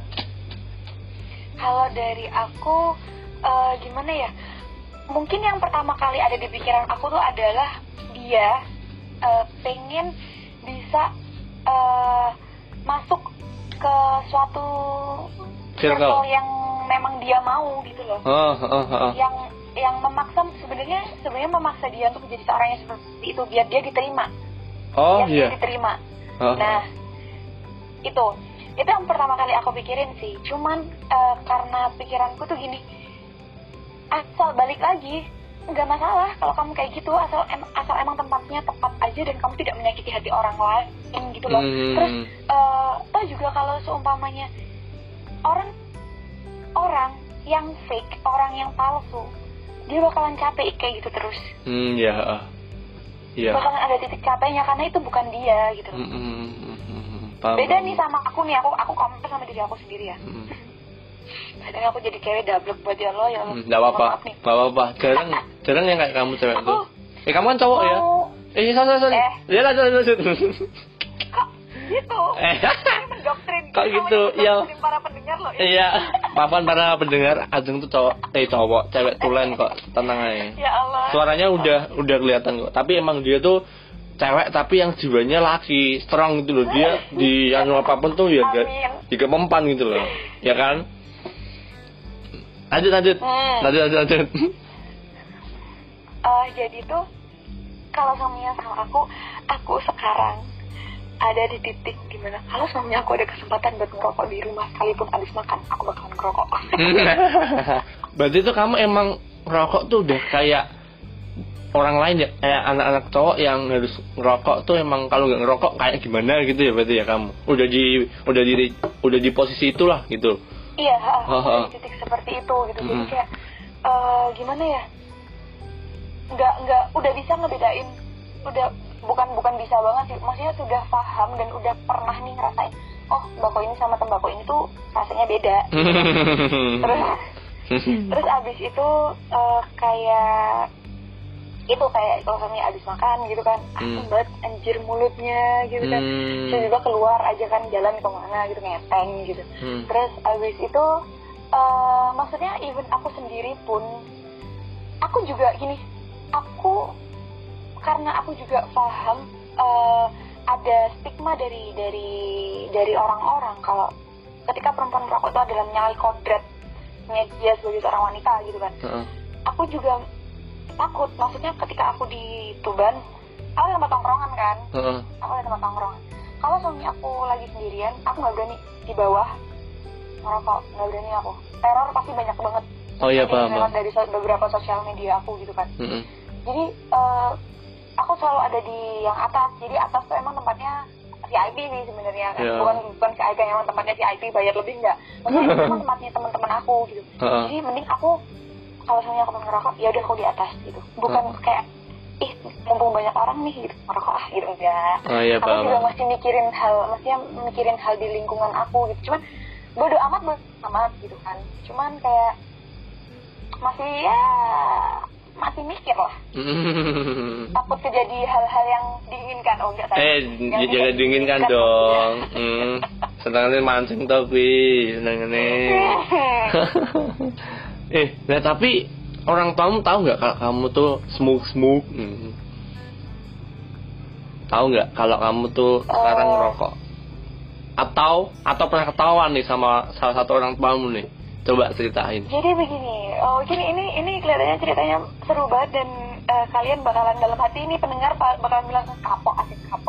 Kalau dari aku gimana ya, mungkin yang pertama kali ada di pikiran aku tuh adalah dia pengen bisa masuk ke suatu circle yang memang dia mau gitu loh. Yang memaksa sebenarnya memaksa dia untuk menjadi seorang yang seperti itu biar dia diterima. Dia diterima. Nah itu yang pertama kali aku pikirin sih. Cuman karena pikiranku tuh gini, asal balik lagi nggak masalah kalau kamu kayak gitu, asal emang tempatnya tepat aja dan kamu tidak menyakiti hati orang lain gitu loh. Terus toh juga kalau seumpamanya orang yang fake, orang yang palsu, dia bakalan capek kayak gitu terus. Bakalan ada titik capeknya karena itu bukan dia gitu. Beda nih sama aku nih, aku compare sama diri aku sendiri ya. Kadang aku jadi cewek double buat dia lo ya. Nggak apa-apa. Jarang yang kayak kamu cewek tuh. Kamu kan cowok ya? Sorry. Ya lanjut. Kok gitu? Ini mendoktrin. Kok gitu? Ya. Para pendengar loh. Iya. Maafan para pendengar, Ajeng tuh cowok, cewek tulen kok. Tenang aja. Ya Allah. Suaranya udah kelihatan kok. Tapi emang dia tuh cewek tapi yang jiwanya laki, strong gitu loh. Dia di anu apapun tuh ya juga mempan gitu loh. Ya kan? Lanjut. Jadi tuh kalau suaminya sama aku sekarang ada di titik dimana kalau suaminya aku ada kesempatan buat ngerokok di rumah sekalipun habis makan, aku bakalan ngerokok. Berarti tuh kamu emang ngerokok tuh udah kayak orang lain ya, kayak anak-anak cowok yang harus ngerokok tuh emang kalau nggak ngerokok kayak gimana gitu ya berarti ya kamu udah di posisi itulah gitu. Iya, di titik seperti itu gitu. Jadi kayak gimana ya? Nggak udah bisa ngebedain, udah bukan bisa banget sih, maksudnya sudah paham dan udah pernah nih ngerasain, oh tembakau ini sama tembakau ini tuh rasanya beda. terus abis itu kayak kalau suami abis makan gitu kan, asem banget anjir mulutnya gitu kan, tiba-tiba keluar aja kan jalan kemana gitu ngeteng gitu. Terus abis itu maksudnya even aku sendiri pun aku juga gini, karena aku juga paham ada stigma dari orang-orang kalau ketika perempuan merokok itu adalah menyalahi kodratnya dia sebagai seorang wanita gitu kan. Aku juga takut, maksudnya ketika aku di Tuban, aku ada tempat tongkrongan kan, aku ada tempat tongkrongan. Kalau suami aku lagi sendirian, aku nggak berani di bawah merokok, nggak berani aku. Teror pasti banyak banget. Oh iya paham. Dari beberapa sosial media aku gitu kan. Jadi aku selalu ada di yang atas. Jadi atas tuh emang tempatnya VIP sih sebenarnya kan. Bukan VIP yang emang tempatnya VIP bayar lebih enggak. Maksudnya emang tempatnya teman-teman aku gitu. Jadi mending aku kalau misalnya aku pengen ngerokok, ya udah aku di atas gitu. Bukan kayak mumpung banyak orang nih gitu ngerokok gitu enggak. Aku juga masih mikirin hal di lingkungan aku gitu. Cuman bodo amat gitu kan. Cuman kayak masih mikir lah. Takut terjadi hal-hal yang diinginkan. Oh enggak tadi. Jangan diinginkan dong. Senangnya mancing tapi senangnya. Nah tapi orang tuamu tahu nggak kalau kamu tuh smoke? Tahu nggak kalau kamu tuh sekarang ngerokok? Atau pernah ketahuan nih sama salah satu orang tuamu nih? Coba ceritain. Jadi begini, ini kelihatannya ceritanya seru banget dan kalian bakalan dalam hati ini pendengar bakalan bilang kapok.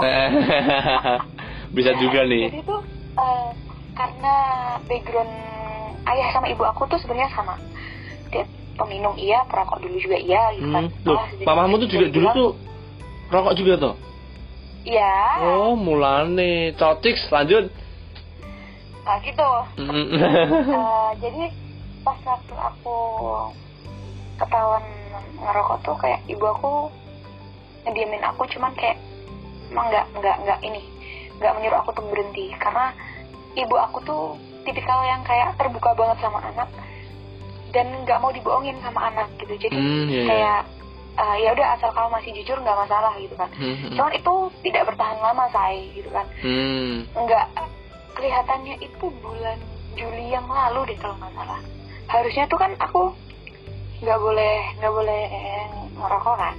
Bisa juga nih. Jadi tuh karena background ayah sama ibu aku tuh sebenarnya sama. Dia peminum iya, perokok dulu juga iya gitu kan. Mamamu tuh juga dulu tuh rokok juga tuh? Iya. Oh, mulane. Cotiks, lanjut. Nah gitu. Jadi pas waktu aku ketahuan ngerokok tuh kayak ibu aku ngediamin aku, cuman kayak emang nggak menyuruh aku tuh berhenti karena ibu aku tuh tipikal yang kayak terbuka banget sama anak dan nggak mau dibohongin sama anak gitu. Jadi kayak ya udah asal kamu masih jujur nggak masalah gitu kan. Cuman itu tidak bertahan lama gitu kan. Nggak, kelihatannya itu bulan Juli yang lalu deh kalau nggak salah. Harusnya tuh kan aku nggak boleh ngerokok kan.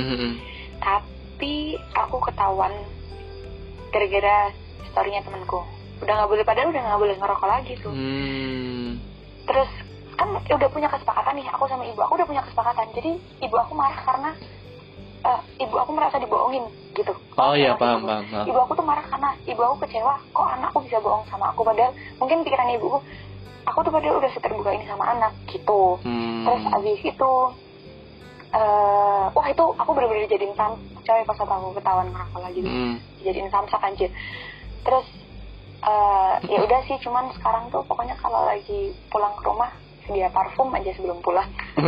Tapi aku ketahuan gara-gara storynya temanku. Udah nggak boleh ngerokok lagi tuh. Terus kan udah punya kesepakatan nih, aku sama ibu aku udah punya kesepakatan. Jadi ibu aku marah karena ibu aku merasa dibohongin gitu. Oh iya paham. Ibu aku tuh marah karena ibu aku kecewa kok anakku bisa bohong sama aku, padahal mungkin pikiran ibuku aku tuh padahal udah seterbuka ini sama anak gitu. Terus abis itu wah itu aku bener-bener jadiin coy pas aku ketahuan ngerokok lagi jadiin samsak anjir. Terus ya udah sih, cuman sekarang tuh pokoknya kalau lagi pulang ke rumah sedia parfum aja sebelum pulang.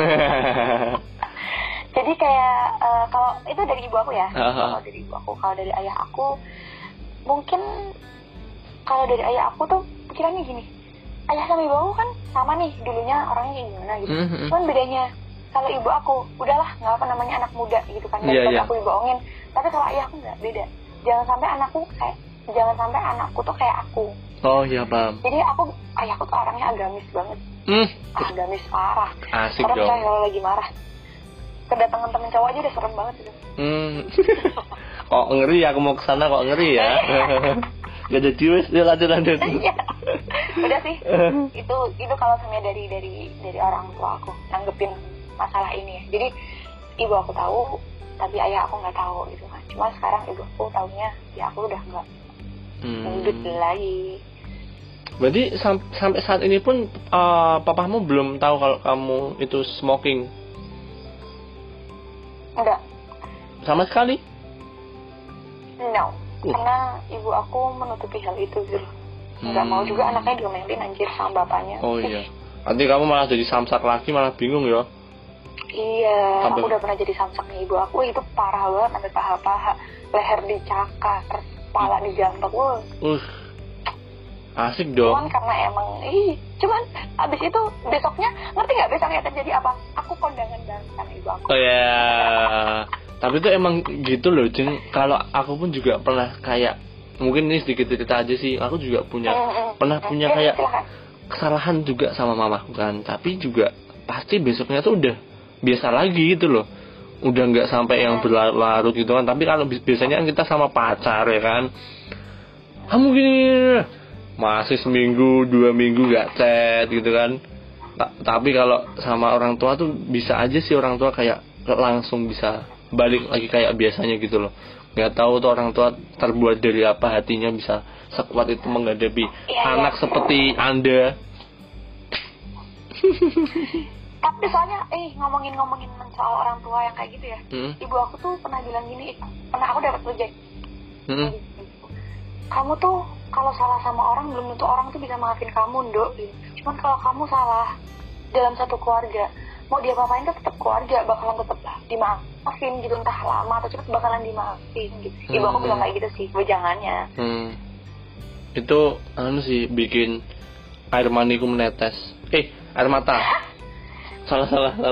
Jadi kayak kalau itu dari ibu aku ya. Kalau dari ibu aku, kalau dari ayah aku mungkin kalau dari ayah aku tuh pikirannya gini, ayah sama ibu aku kan sama nih dulunya orangnya kayak gimana gitu. Cuman bedanya kalau ibu aku udahlah nggak apa namanya anak muda gitu kan, daripada aku dibohongin Tapi kalau ayahku nggak, beda. Jangan sampai anakku tuh kayak aku. Oh iya paham. Jadi ayahku tuh orangnya agamis banget. Agamis parah. Asik serem dong. Serem kalau lagi marah. Kedatangan temen cowok aja udah serem banget gitu. Kok ngeri, aku mau kesana kok ngeri ya. Gak ada jiwes, dia lanjut. Iya. Udah sih. Itu kalau sebenarnya dari orang tua aku nanggepin masalah ini ya. Jadi ibu aku tahu, tapi ayah aku nggak tahu gitu kan. Cuma sekarang ibu aku taunya, ya aku udah nggak ngudut lagi. Berarti sampai saat ini pun papamu belum tahu kalau kamu itu smoking? Enggak. Sama sekali? No. Karena ibu aku menutupi hal itu gitu. Nggak mau juga anaknya diomelin anjir sama bapaknya. Oh iya. Nanti kamu malah jadi samsak lagi, malah bingung ya. Iya, aku udah pernah jadi samsaknya ibu aku, itu parah banget, sampai paha-paha, leher dicakar, kepala dijantok. Asik dong. Cuman karena cuman abis itu besoknya, ngerti nggak besoknya terjadi apa? Aku kondangan banget sama ibu aku. Oh ya. Tapi itu emang gitu loh, Jeng. Kalau aku pun juga pernah kayak, mungkin ini sedikit cerita aja sih, aku juga pernah punya kayak kesalahan juga sama mamaku kan. Tapi juga pasti besoknya tuh udah biasa lagi gitu loh, udah nggak sampai yang berlarut gitu kan. Tapi kalau biasanya kan kita sama pacar ya kan, kamu gini masih seminggu 2 minggu nggak chat gitu kan. Tapi kalau sama orang tua tuh bisa aja sih, orang tua kayak langsung bisa balik lagi kayak biasanya gitu loh. Nggak tahu tuh orang tua terbuat dari apa hatinya bisa sekuat itu menghadapi anak seperti Anda. Tapi soalnya ngomongin soal orang tua yang kayak gitu ya, ibu aku tuh pernah bilang gini, pernah aku dapat reject. Kamu tuh kalau salah sama orang belum tentu orang tuh bisa maafin kamu, Ndok. Cuman kalau kamu salah dalam satu keluarga, mau dia apain tuh tetap keluarga, bakalan tetap dimaafin gitu, entah lama atau cepet bakalan dimaafin gitu. Ibu aku bilang kayak gitu sih, jangannya. Itu sih bikin air maniku menetes. Air mata. Salah.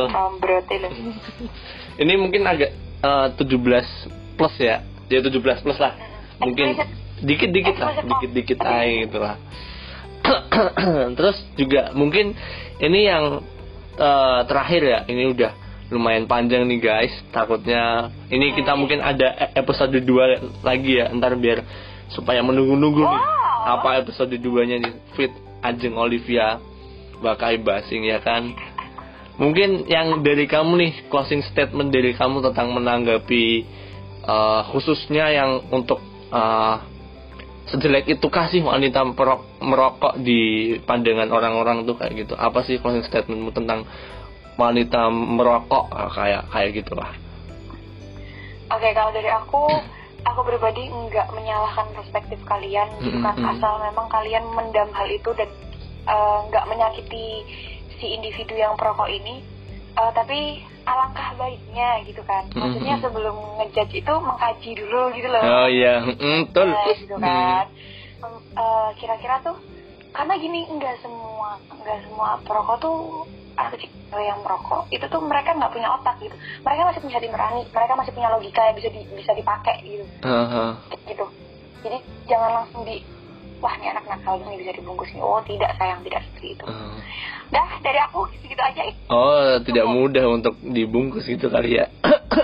Ini mungkin agak 17 plus ya. Dia 17 plus lah. Mungkin dikit-dikit aja gitu lah. Terus juga mungkin ini yang terakhir ya. Ini udah lumayan panjang nih guys. Takutnya ini kita mungkin ada episode 2 lagi ya. Ntar biar supaya menunggu-nunggu nih apa episode 2-nya nih. Fit Ajeng Olivia Bakai Basing ya kan. Mungkin yang dari kamu nih, closing statement dari kamu tentang menanggapi khususnya yang untuk sejelek itu kasih wanita merokok di pandangan orang-orang tuh kayak gitu. Apa sih closing statementmu tentang wanita merokok kayak gitulah? Oke, kalau dari aku pribadi nggak menyalahkan perspektif kalian, bukan asal memang kalian mendam hal itu dan nggak menyakiti si individu yang perokok ini, tapi alangkah baiknya gitu kan. Maksudnya sebelum ngejudge itu mengkaji dulu gitu loh. Oh iya, betul. Gitu kan. Kira-kira tuh karena gini, nggak semua perokok tuh anak kecil yang merokok itu tuh mereka nggak punya otak gitu. Mereka masih punya hati nurani, mereka masih punya logika yang bisa dipakai gitu. Gitu. Jadi jangan langsung wah ini anak nakal ini bisa dibungkus nih. Oh tidak sayang, tidak seperti itu. Dah dari aku segitu aja. Oh tidak mudah untuk dibungkus gitu kali ya.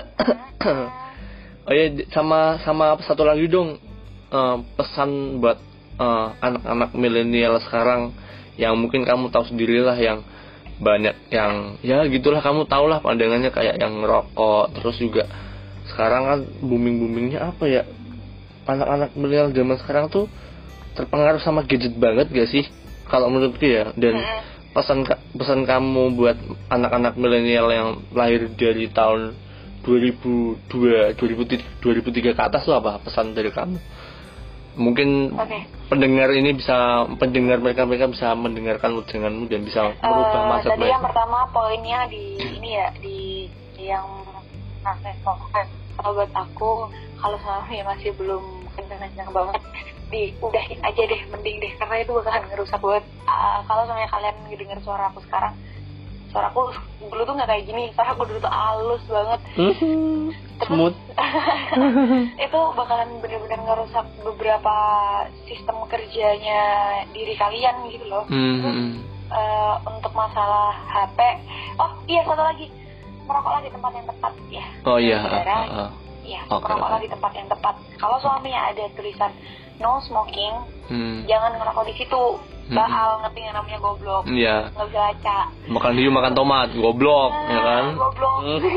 Oh ya, sama satu lagi dong, pesan buat anak-anak milenial sekarang yang mungkin kamu tahu sendirilah, yang banyak yang ya gitulah, kamu tahulah pandangannya kayak yang ngerokok. Terus juga sekarang kan boomingnya apa ya, anak-anak milenial zaman sekarang tuh terpengaruh sama gadget banget gak sih kalau menurutku ya. Dan pesan kamu buat anak-anak milenial yang lahir dari tahun 2003 ke atas tuh apa pesan dari kamu? Mungkin pendengar mereka bisa mendengarkan ujanganmu dan bisa merubah mindset mereka. Tadi yang pertama poinnya di ini ya, di yang kalau buat aku, kalau suami masih belum kencang banget, diudahin aja deh, mending deh, karena itu bakalan ngerusak banget. Kalau misalnya kalian dengar suara aku sekarang, suaraku dulu tuh nggak kayak gini, suaraku dulu tuh halus banget. Smooth. Itu bakalan bener-bener ngerusak beberapa sistem kerjanya diri kalian gitu loh. Terus untuk masalah HP, oh iya satu lagi, merokoklah di tempat yang tepat ya. Oh iya. Ya, merokoklah di tempat yang tepat. Kalau suaminya ada tulisan no smoking, jangan ngerokok di situ. Bahal ngerti yang namanya goblok. Iya. Nggak bisa baca. Makan hiu makan tomat, goblok, ya kan? Goblok.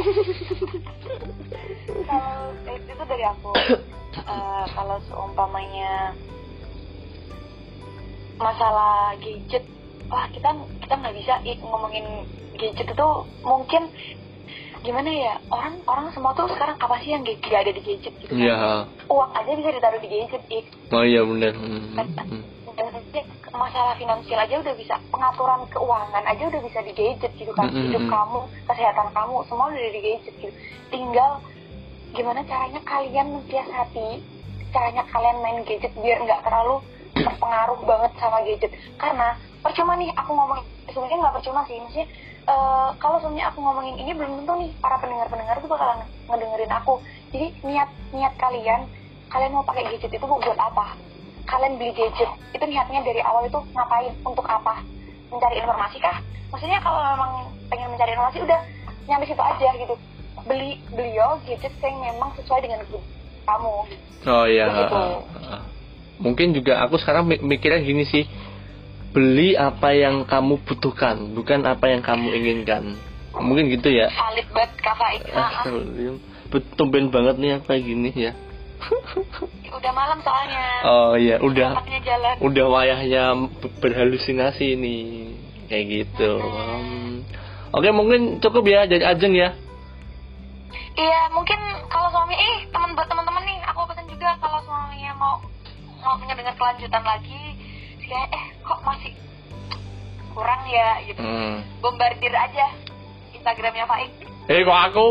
Kalau itu dari aku. Kalau seumpamanya masalah gadget, wah kita nggak bisa ngomongin gadget itu mungkin gimana ya, orang semua tuh sekarang apa sih yang gak ada di gadget gitu kan? Iya. Uang aja bisa ditaruh di gadget. Oh iya benar. Dan masalah finansial aja udah bisa, pengaturan keuangan aja udah bisa di gadget gitu kan. Hidup kamu, kesehatan kamu, semua udah di gadget gitu. Tinggal gimana caranya kalian mensiasati, caranya kalian main gadget biar nggak terlalu terpengaruh banget sama gadget. Karena percuma nih aku ngomong, sebenarnya nggak percuma sih, maksudnya kalau sebenarnya aku ngomongin ini belum tentu nih para pendengar tuh bakalan ngedengerin aku. Jadi niat kalian mau pakai gadget itu buat apa? Kalian beli gadget itu niatnya dari awal itu ngapain, untuk apa? Mencari informasi kah? Maksudnya kalau memang pengen mencari informasi udah nyampe situ aja gitu. Beli gadget yang memang sesuai dengan kamu. Oh iya. Gitu. Mungkin juga aku sekarang mikirnya gini sih, beli apa yang kamu butuhkan, bukan apa yang kamu inginkan. Mungkin gitu ya. Valid banget Kak Faik. Tumben banget nih apa gini ya. Udah malam soalnya. Oh iya, udah jalan. Udah wayahnya berhalusinasi nih, kayak gitu. Oke, mungkin cukup ya dari Ajeng ya. Iya, mungkin kalau suami buat teman-teman nih, aku pesan juga kalau suaminya mau mendengar kelanjutan lagi, kayak kok masih kurang ya gitu. Bombardir aja Instagramnya Faik. Kok aku?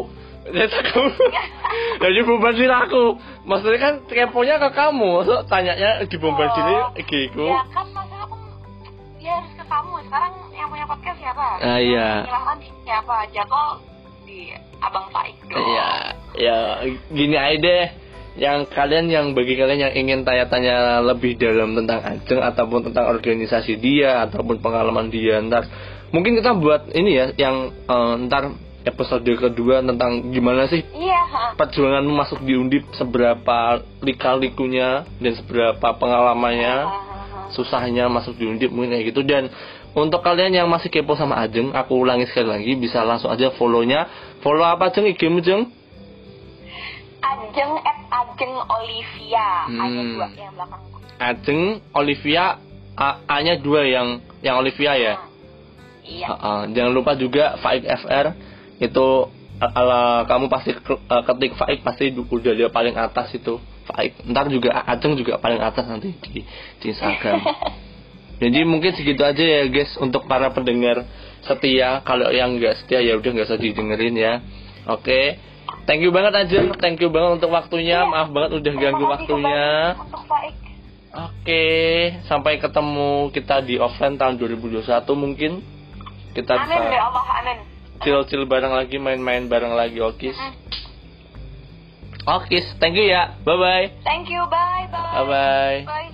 Jadi bombardir aku. Maksudnya kan keponya ke kamu, so tanyanya di bombardir IG-ku. Ya kan masa aku ya harus ke kamu. Sekarang yang punya podcast siapa? Iya. Silahkan siapa? Jakol di Abang Faik dong. Iya, ya gini aja deh. Bagi kalian yang ingin tanya-tanya lebih dalam tentang Ajeng ataupun tentang organisasi dia ataupun pengalaman dia, ntar mungkin kita buat ini ya, yang ntar episode kedua tentang gimana sih perjuanganmu masuk di Undip, seberapa lika-likunya dan seberapa pengalamannya, susahnya masuk di Undip, mungkin kayak gitu. Dan untuk kalian yang masih kepo sama Ajeng, aku ulangi sekali lagi, bisa langsung aja follow-nya. Follow apa Jeng? IG-mu Jeng? Ajeng Olivia. A-nya 2 yang belakang. Ajeng Olivia, A-nya 2 yang Olivia ya. Iya. Jangan lupa juga Faik FR. Itu kamu pasti ketik Faik, pasti udah dia paling atas itu Faik. Ntar juga Ajeng juga paling atas nanti di Instagram. Jadi mungkin segitu aja ya guys untuk para pendengar setia. Kalau yang nggak setia ya udah nggak usah didengerin ya. Oke. Thank you banget Ajeng, thank you banget untuk waktunya. Maaf banget udah ganggu waktunya. Oke, sampai ketemu kita di offline tahun 2021 mungkin. Kita bisa chill bareng lagi, main-main bareng lagi, Okis. Okis, thank you ya. Bye bye. Thank you, bye. Bye bye. Bye.